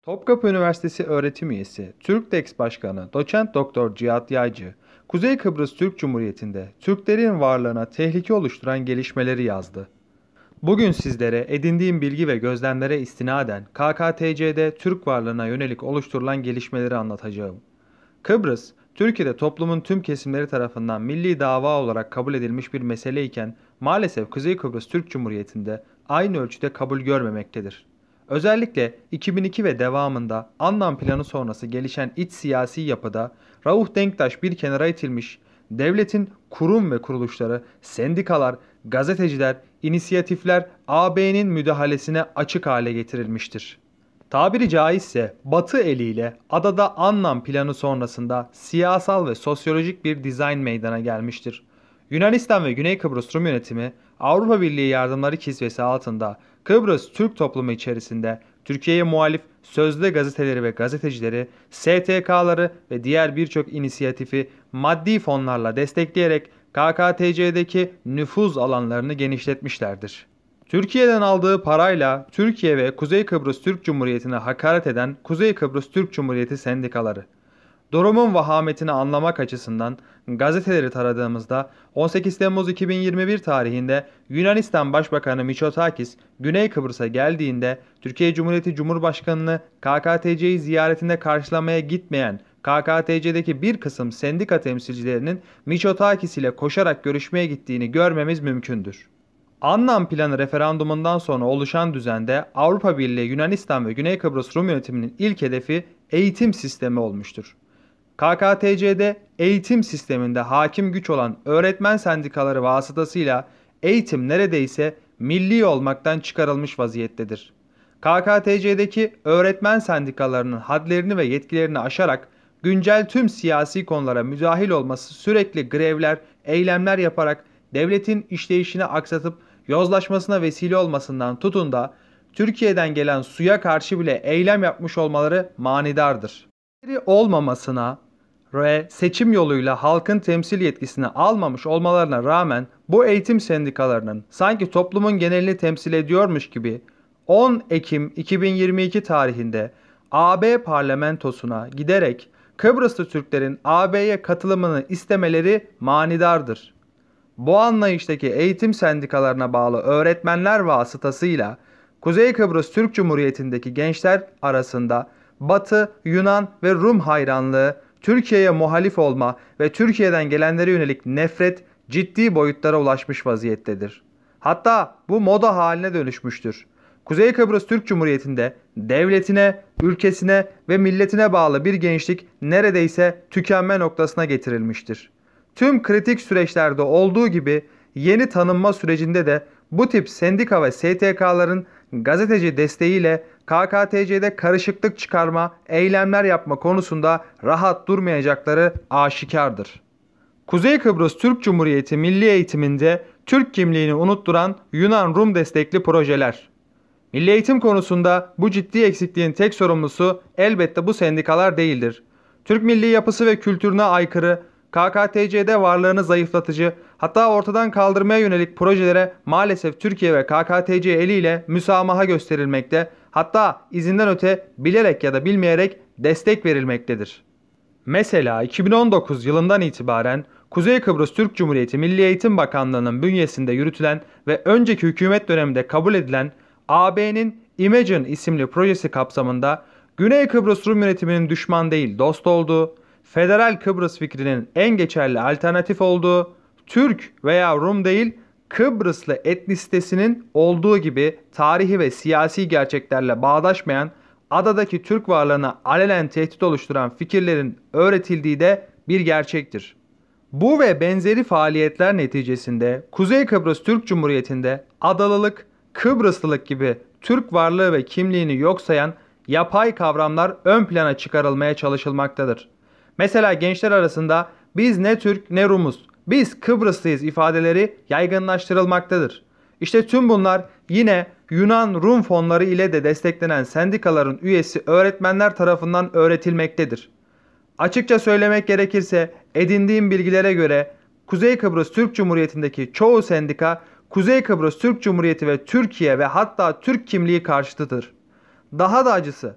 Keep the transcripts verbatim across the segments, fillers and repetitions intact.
Topkapı Üniversitesi öğretim üyesi, TÜRKDEX Başkanı Doçent Doktor Cihat Yaycı, Kuzey Kıbrıs Türk Cumhuriyeti'nde Türklerin varlığına tehlike oluşturan gelişmeleri yazdı. Bugün sizlere edindiğim bilgi ve gözlemlere istinaden K K T C'de Türk varlığına yönelik oluşturulan gelişmeleri anlatacağım. Kıbrıs, Türkiye'de toplumun tüm kesimleri tarafından milli dava olarak kabul edilmiş bir meseleyken maalesef Kuzey Kıbrıs Türk Cumhuriyeti'nde aynı ölçüde kabul görmemektedir. Özellikle iki bin iki ve devamında Annan Planı sonrası gelişen iç siyasi yapıda Rauf Denktaş bir kenara itilmiş, devletin kurum ve kuruluşları, sendikalar, gazeteciler, inisiyatifler A B'nin müdahalesine açık hale getirilmiştir. Tabiri caizse Batı eliyle adada Annan Planı sonrasında siyasal ve sosyolojik bir dizayn meydana gelmiştir. Yunanistan ve Güney Kıbrıs Rum yönetimi Avrupa Birliği yardımları kisvesi altında Kıbrıs Türk toplumu içerisinde Türkiye'ye muhalif sözde gazeteleri ve gazetecileri, S T K'ları ve diğer birçok inisiyatifi maddi fonlarla destekleyerek K K T C'deki nüfuz alanlarını genişletmişlerdir. Türkiye'den aldığı parayla Türkiye ve Kuzey Kıbrıs Türk Cumhuriyeti'ne hakaret eden Kuzey Kıbrıs Türk Cumhuriyeti sendikaları. Durumun vahametini anlamak açısından gazeteleri taradığımızda on sekiz Temmuz iki bin yirmi bir tarihinde Yunanistan Başbakanı Mitsotakis Güney Kıbrıs'a geldiğinde Türkiye Cumhuriyeti Cumhurbaşkanı'nı K K T C'yi ziyaretinde karşılamaya gitmeyen K K T C'deki bir kısım sendika temsilcilerinin Mitsotakis ile koşarak görüşmeye gittiğini görmemiz mümkündür. Annan Planı referandumundan sonra oluşan düzende Avrupa Birliği, Yunanistan ve Güney Kıbrıs Rum yönetiminin ilk hedefi eğitim sistemi olmuştur. K K T C'de eğitim sisteminde hakim güç olan öğretmen sendikaları vasıtasıyla eğitim neredeyse milli olmaktan çıkarılmış vaziyettedir. K K T C'deki öğretmen sendikalarının hadlerini ve yetkilerini aşarak güncel tüm siyasi konulara müdahil olması, sürekli grevler, eylemler yaparak devletin işleyişini aksatıp yozlaşmasına vesile olmasından tutun da Türkiye'den gelen suya karşı bile eylem yapmış olmaları manidardır. Olmamasına ve seçim yoluyla halkın temsil yetkisini almamış olmalarına rağmen bu eğitim sendikalarının sanki toplumun genelini temsil ediyormuş gibi on Ekim iki bin yirmi iki tarihinde A B parlamentosuna giderek Kıbrıslı Türklerin A B'ye katılımını istemeleri manidardır. Bu anlayıştaki eğitim sendikalarına bağlı öğretmenler vasıtasıyla Kuzey Kıbrıs Türk Cumhuriyeti'ndeki gençler arasında Batı, Yunan ve Rum hayranlığı, Türkiye'ye muhalif olma ve Türkiye'den gelenlere yönelik nefret ciddi boyutlara ulaşmış vaziyettedir. Hatta bu moda haline dönüşmüştür. Kuzey Kıbrıs Türk Cumhuriyeti'nde devletine, ülkesine ve milletine bağlı bir gençlik neredeyse tükenme noktasına getirilmiştir. Tüm kritik süreçlerde olduğu gibi yeni tanınma sürecinde de bu tip sendika ve S T K'ların gazeteci desteğiyle K K T C'de karışıklık çıkarma, eylemler yapma konusunda rahat durmayacakları aşikardır. Kuzey Kıbrıs Türk Cumhuriyeti milli eğitiminde Türk kimliğini unutturan Yunan-Rum destekli projeler. Milli eğitim konusunda bu ciddi eksikliğin tek sorumlusu elbette bu sendikalar değildir. Türk milli yapısı ve kültürüne aykırı, K K T C'de varlığını zayıflatıcı, hatta ortadan kaldırmaya yönelik projelere maalesef Türkiye ve K K T C eliyle müsamaha gösterilmekte, hatta izinden öte bilerek ya da bilmeyerek destek verilmektedir. Mesela iki bin on dokuz yılından itibaren Kuzey Kıbrıs Türk Cumhuriyeti Milli Eğitim Bakanlığı'nın bünyesinde yürütülen ve önceki hükümet döneminde kabul edilen A B'nin Imagine isimli projesi kapsamında Güney Kıbrıs Rum yönetiminin düşman değil dost olduğu, Federal Kıbrıs fikrinin en geçerli alternatif olduğu, Türk veya Rum değil Kıbrıslı etnisitesinin olduğu gibi tarihi ve siyasi gerçeklerle bağdaşmayan, adadaki Türk varlığına alenen tehdit oluşturan fikirlerin öğretildiği de bir gerçektir. Bu ve benzeri faaliyetler neticesinde Kuzey Kıbrıs Türk Cumhuriyeti'nde adalılık, Kıbrıslılık gibi Türk varlığı ve kimliğini yok sayan yapay kavramlar ön plana çıkarılmaya çalışılmaktadır. Mesela gençler arasında biz ne Türk ne Rumuz, biz Kıbrıslıyız ifadeleri yaygınlaştırılmaktadır. İşte tüm bunlar yine Yunan-Rum fonları ile de desteklenen sendikaların üyesi öğretmenler tarafından öğretilmektedir. Açıkça söylemek gerekirse edindiğim bilgilere göre Kuzey Kıbrıs Türk Cumhuriyeti'ndeki çoğu sendika Kuzey Kıbrıs Türk Cumhuriyeti ve Türkiye ve hatta Türk kimliği karşıtıdır. Daha da acısı,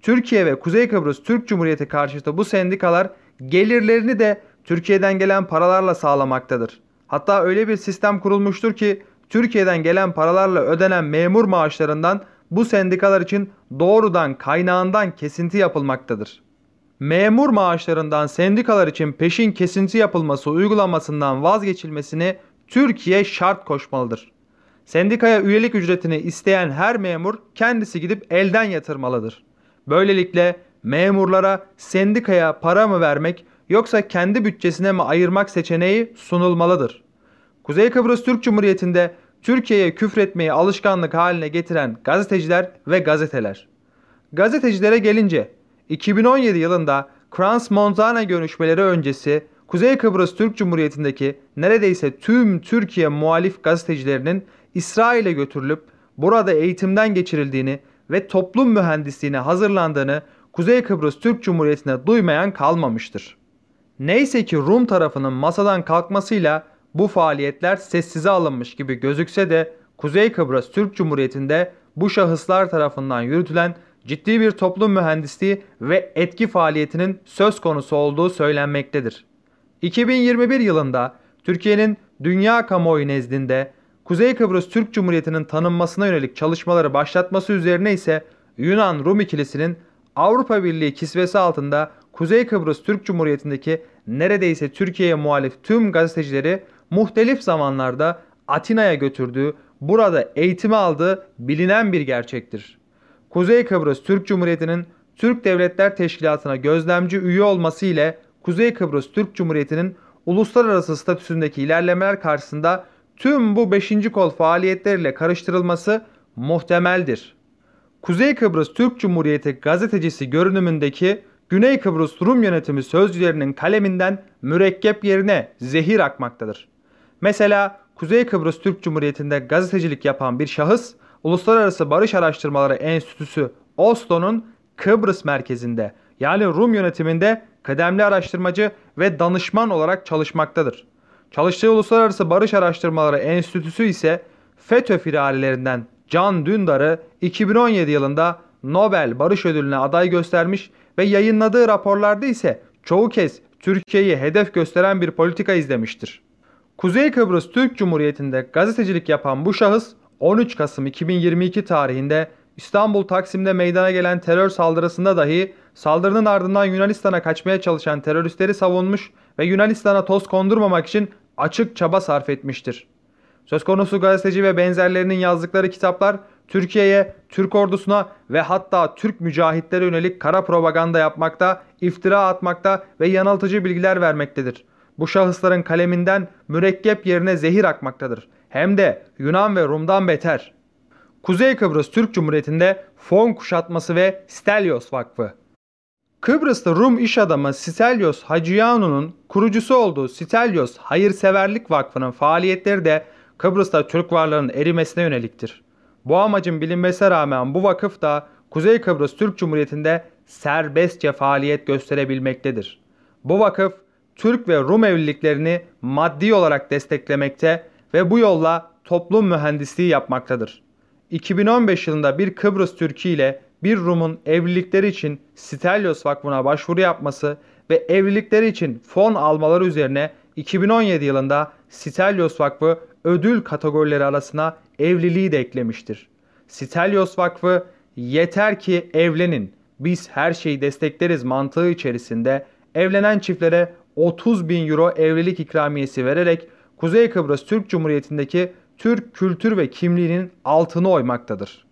Türkiye ve Kuzey Kıbrıs Türk Cumhuriyeti karşıtı bu sendikalar gelirlerini de Türkiye'den gelen paralarla sağlamaktadır. Hatta öyle bir sistem kurulmuştur ki Türkiye'den gelen paralarla ödenen memur maaşlarından bu sendikalar için doğrudan kaynağından kesinti yapılmaktadır. Memur maaşlarından sendikalar için peşin kesinti yapılması uygulamasından vazgeçilmesini Türkiye şart koşmalıdır. Sendikaya üyelik ücretini isteyen her memur kendisi gidip elden yatırmalıdır. Böylelikle memurlara sendikaya para mı vermek yoksa kendi bütçesine mi ayırmak seçeneği sunulmalıdır. Kuzey Kıbrıs Türk Cumhuriyeti'nde Türkiye'ye küfretmeyi alışkanlık haline getiren gazeteciler ve gazeteler. Gazetecilere gelince iki bin on yedi yılında Crans-Montana görüşmeleri öncesi Kuzey Kıbrıs Türk Cumhuriyeti'ndeki neredeyse tüm Türkiye muhalif gazetecilerinin İsrail'e götürülüp burada eğitimden geçirildiğini ve toplum mühendisliğine hazırlandığını Kuzey Kıbrıs Türk Cumhuriyeti'nde duymayan kalmamıştır. Neyse ki Rum tarafının masadan kalkmasıyla bu faaliyetler sessize alınmış gibi gözükse de Kuzey Kıbrıs Türk Cumhuriyeti'nde bu şahıslar tarafından yürütülen ciddi bir toplum mühendisliği ve etki faaliyetinin söz konusu olduğu söylenmektedir. iki bin yirmi bir yılında Türkiye'nin dünya kamuoyu nezdinde Kuzey Kıbrıs Türk Cumhuriyeti'nin tanınmasına yönelik çalışmaları başlatması üzerine ise Yunan-Rum ikilisinin Avrupa Birliği kisvesi altında Kuzey Kıbrıs Türk Cumhuriyeti'ndeki neredeyse Türkiye'ye muhalif tüm gazetecileri muhtelif zamanlarda Atina'ya götürdüğü, burada eğitimi aldığı bilinen bir gerçektir. Kuzey Kıbrıs Türk Cumhuriyeti'nin Türk Devletler Teşkilatı'na gözlemci üye olması ile Kuzey Kıbrıs Türk Cumhuriyeti'nin uluslararası statüsündeki ilerlemeler karşısında tüm bu beşinci kol faaliyetleriyle karıştırılması muhtemeldir. Kuzey Kıbrıs Türk Cumhuriyeti gazetecisi görünümündeki Güney Kıbrıs Rum yönetimi sözcülerinin kaleminden mürekkep yerine zehir akmaktadır. Mesela Kuzey Kıbrıs Türk Cumhuriyeti'nde gazetecilik yapan bir şahıs, Uluslararası Barış Araştırmaları Enstitüsü Oslo'nun Kıbrıs merkezinde yani Rum yönetiminde kıdemli araştırmacı ve danışman olarak çalışmaktadır. Çalıştığı Uluslararası Barış Araştırmaları Enstitüsü ise FETÖ firarilerinden Can Dündar'ı iki bin on yedi yılında Nobel Barış Ödülü'ne aday göstermiş ve yayınladığı raporlarda ise çoğu kez Türkiye'yi hedef gösteren bir politika izlemiştir. Kuzey Kıbrıs Türk Cumhuriyeti'nde gazetecilik yapan bu şahıs on üç Kasım iki bin yirmi iki tarihinde İstanbul Taksim'de meydana gelen terör saldırısında dahi saldırının ardından Yunanistan'a kaçmaya çalışan teröristleri savunmuş ve Yunanistan'a toz kondurmamak için açık çaba sarf etmiştir. Söz konusu gazeteci ve benzerlerinin yazdıkları kitaplar Türkiye'ye, Türk ordusuna ve hatta Türk mücahitlere yönelik kara propaganda yapmakta, iftira atmakta ve yanıltıcı bilgiler vermektedir. Bu şahısların kaleminden mürekkep yerine zehir akmaktadır. Hem de Yunan ve Rum'dan beter. Kuzey Kıbrıs Türk Cumhuriyeti'nde fon kuşatması ve Stelios Vakfı. Kıbrıs'ta Rum iş adamı Stelios Hacıyanu'nun kurucusu olduğu Stelios Hayırseverlik Vakfı'nın faaliyetleri de Kıbrıs'ta Türk varlığının erimesine yöneliktir. Bu amacın bilinmesine rağmen bu vakıf da Kuzey Kıbrıs Türk Cumhuriyeti'nde serbestçe faaliyet gösterebilmektedir. Bu vakıf Türk ve Rum evliliklerini maddi olarak desteklemekte ve bu yolla toplum mühendisliği yapmaktadır. iki bin on beş yılında bir Kıbrıs Türk'ü ile bir Rum'un evlilikleri için Stelios Vakfı'na başvuru yapması ve evlilikleri için fon almaları üzerine iki bin on yedi yılında Stelios Vakfı ödül kategorileri arasına evliliği de eklemiştir. Stelios Vakfı yeter ki evlenin, biz her şeyi destekleriz mantığı içerisinde evlenen çiftlere otuz bin euro evlilik ikramiyesi vererek Kuzey Kıbrıs Türk Cumhuriyeti'ndeki Türk kültür ve kimliğinin altını oymaktadır.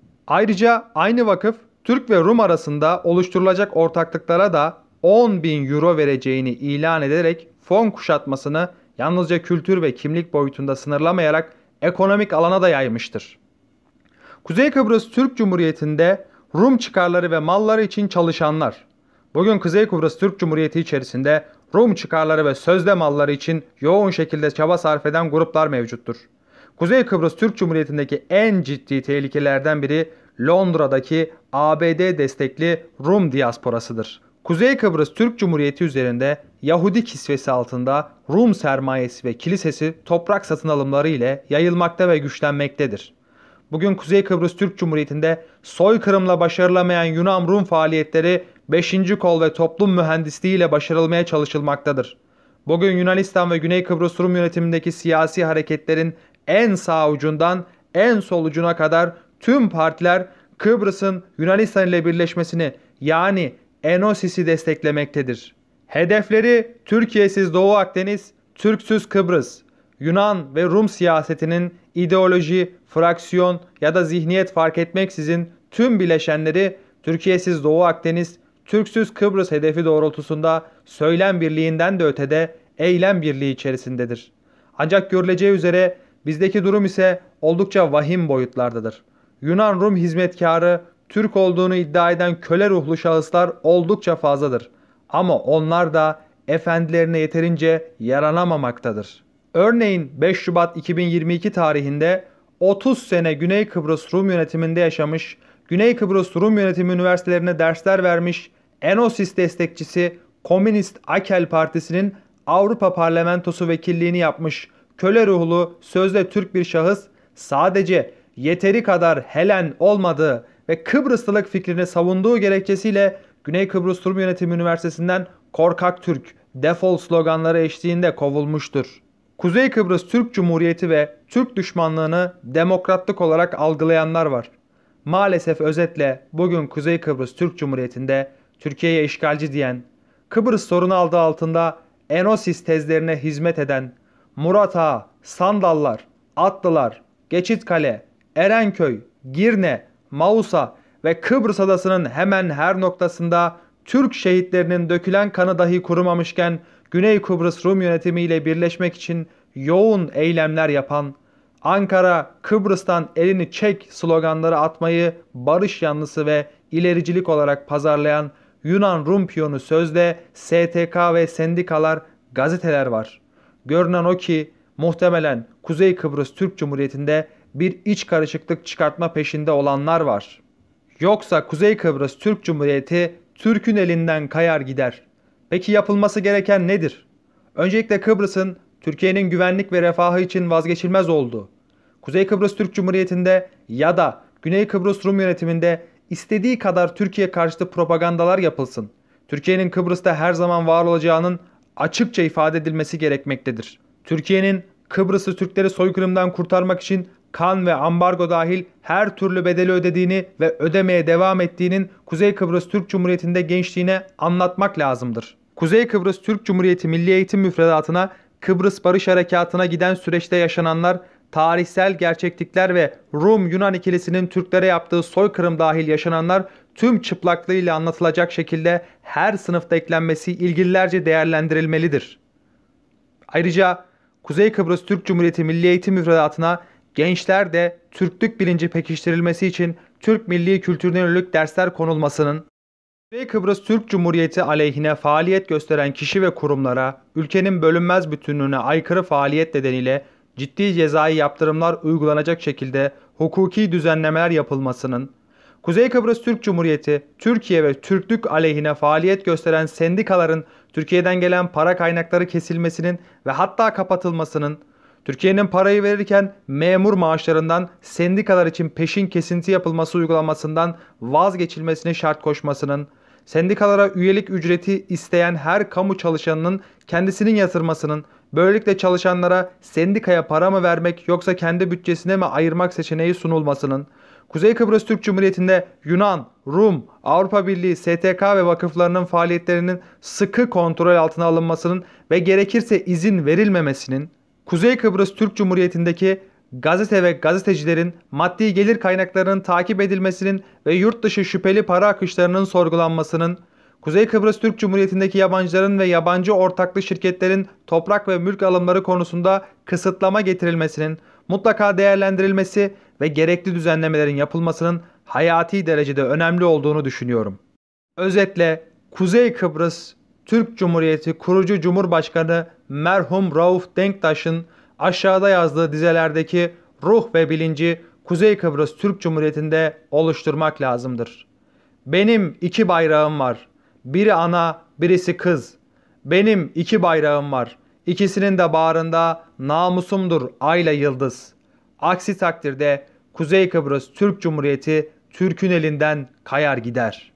Ayrıca aynı vakıf Türk ve Rum arasında oluşturulacak ortaklıklara da on bin euro vereceğini ilan ederek fon kuşatmasını yalnızca kültür ve kimlik boyutunda sınırlamayarak ekonomik alana da yaymıştır. Kuzey Kıbrıs Türk Cumhuriyeti'nde Rum çıkarları ve malları için çalışanlar. Bugün Kuzey Kıbrıs Türk Cumhuriyeti içerisinde Rum çıkarları ve sözde malları için yoğun şekilde çaba sarf eden gruplar mevcuttur. Kuzey Kıbrıs Türk Cumhuriyeti'ndeki en ciddi tehlikelerden biri Londra'daki A B D destekli Rum diasporasıdır. Kuzey Kıbrıs Türk Cumhuriyeti üzerinde Yahudi kisvesi altında Rum sermayesi ve kilisesi toprak satın alımları ile yayılmakta ve güçlenmektedir. Bugün Kuzey Kıbrıs Türk Cumhuriyeti'nde soykırımla başarılamayan Yunan-Rum faaliyetleri beşinci kol ve toplum mühendisliğiyle başarılmaya çalışılmaktadır. Bugün Yunanistan ve Güney Kıbrıs Rum yönetimindeki siyasi hareketlerin en sağ ucundan en sol ucuna kadar tüm partiler Kıbrıs'ın Yunanistan ile birleşmesini yani Enosis'i desteklemektedir. Hedefleri Türkiye'siz Doğu Akdeniz, Türksüz Kıbrıs. Yunan ve Rum siyasetinin ideoloji, fraksiyon ya da zihniyet fark etmeksizin tüm bileşenleri Türkiye'siz Doğu Akdeniz, Türksüz Kıbrıs hedefi doğrultusunda söylem birliğinden de ötede eylem birliği içerisindedir. Ancak görüleceği üzere bizdeki durum ise oldukça vahim boyutlardadır. Yunan-Rum hizmetkarı, Türk olduğunu iddia eden köle ruhlu şahıslar oldukça fazladır. Ama onlar da efendilerine yeterince yaranamamaktadır. Örneğin beş Şubat iki bin yirmi iki tarihinde otuz sene Güney Kıbrıs Rum yönetiminde yaşamış, Güney Kıbrıs Rum yönetimi üniversitelerine dersler vermiş, Enosis destekçisi Komünist Akel Partisi'nin Avrupa Parlamentosu vekilliğini yapmış köle ruhlu sözde Türk bir şahıs sadece yeteri kadar Helen olmadığı ve Kıbrıslılık fikrini savunduğu gerekçesiyle Güney Kıbrıs Rum Yönetimi Üniversitesi'nden korkak Türk, defol sloganları eşliğinde kovulmuştur. Kuzey Kıbrıs Türk Cumhuriyeti ve Türk düşmanlığını demokratlık olarak algılayanlar var. Maalesef özetle bugün Kuzey Kıbrıs Türk Cumhuriyeti'nde Türkiye'ye işgalci diyen, Kıbrıs sorunu adı altında Enosis tezlerine hizmet eden, Murat Ağa, Sandallar, Atlılar, Geçitkale, Erenköy, Girne, Mausa ve Kıbrıs adasının hemen her noktasında Türk şehitlerinin dökülen kanı dahi kurumamışken Güney Kıbrıs Rum yönetimi ile birleşmek için yoğun eylemler yapan, Ankara, Kıbrıs'tan elini çek sloganları atmayı barış yanlısı ve ilericilik olarak pazarlayan Yunan-Rum piyonu sözde S T K ve sendikalar, gazeteler var. Görünen o ki muhtemelen Kuzey Kıbrıs Türk Cumhuriyeti'nde bir iç karışıklık çıkartma peşinde olanlar var. Yoksa Kuzey Kıbrıs Türk Cumhuriyeti Türk'ün elinden kayar gider. Peki yapılması gereken nedir? Öncelikle Kıbrıs'ın Türkiye'nin güvenlik ve refahı için vazgeçilmez olduğu, Kuzey Kıbrıs Türk Cumhuriyeti'nde ya da Güney Kıbrıs Rum yönetiminde istediği kadar Türkiye karşıtı propagandalar yapılsın, Türkiye'nin Kıbrıs'ta her zaman var olacağının açıkça ifade edilmesi gerekmektedir. Türkiye'nin Kıbrıslı Türkleri soykırımdan kurtarmak için kan ve ambargo dahil her türlü bedeli ödediğini ve ödemeye devam ettiğinin Kuzey Kıbrıs Türk Cumhuriyeti'nde gençliğine anlatmak lazımdır. Kuzey Kıbrıs Türk Cumhuriyeti Milli Eğitim Müfredatı'na Kıbrıs Barış Harekatı'na giden süreçte yaşananlar, tarihsel gerçeklikler ve Rum-Yunan ikilisinin Türklere yaptığı soykırım dahil yaşananlar tüm çıplaklığıyla anlatılacak şekilde her sınıfta eklenmesi ilgililerce değerlendirilmelidir. Ayrıca Kuzey Kıbrıs Türk Cumhuriyeti Milli Eğitim Müfredatı'na gençler de Türklük bilinci pekiştirilmesi için Türk milli kültürüne yönelik dersler konulmasının, Kuzey Kıbrıs Türk Cumhuriyeti aleyhine faaliyet gösteren kişi ve kurumlara ülkenin bölünmez bütünlüğüne aykırı faaliyet nedeniyle ciddi cezai yaptırımlar uygulanacak şekilde hukuki düzenlemeler yapılmasının, Kuzey Kıbrıs Türk Cumhuriyeti, Türkiye ve Türklük aleyhine faaliyet gösteren sendikaların Türkiye'den gelen para kaynakları kesilmesinin ve hatta kapatılmasının, Türkiye'nin parayı verirken memur maaşlarından sendikalar için peşin kesinti yapılması uygulamasından vazgeçilmesini şart koşmasının, sendikalara üyelik ücreti isteyen her kamu çalışanının kendisinin yatırmasının, böylelikle çalışanlara sendikaya para mı vermek yoksa kendi bütçesine mi ayırmak seçeneği sunulmasının, Kuzey Kıbrıs Türk Cumhuriyeti'nde Yunan, Rum, Avrupa Birliği, S T K ve vakıflarının faaliyetlerinin sıkı kontrol altına alınmasının ve gerekirse izin verilmemesinin, Kuzey Kıbrıs Türk Cumhuriyeti'ndeki gazete ve gazetecilerin maddi gelir kaynaklarının takip edilmesinin ve yurt dışı şüpheli para akışlarının sorgulanmasının, Kuzey Kıbrıs Türk Cumhuriyeti'ndeki yabancıların ve yabancı ortaklı şirketlerin toprak ve mülk alımları konusunda kısıtlama getirilmesinin mutlaka değerlendirilmesi ve gerekli düzenlemelerin yapılmasının hayati derecede önemli olduğunu düşünüyorum. Özetle Kuzey Kıbrıs Türk Cumhuriyeti kurucu Cumhurbaşkanı merhum Rauf Denktaş'ın aşağıda yazdığı dizelerdeki ruh ve bilinci Kuzey Kıbrıs Türk Cumhuriyeti'nde oluşturmak lazımdır. Benim iki bayrağım var. Biri ana, birisi kız. Benim iki bayrağım var. İkisinin de bağrında namusumdur ayla yıldız. Aksi takdirde Kuzey Kıbrıs Türk Cumhuriyeti Türk'ün elinden kayar gider.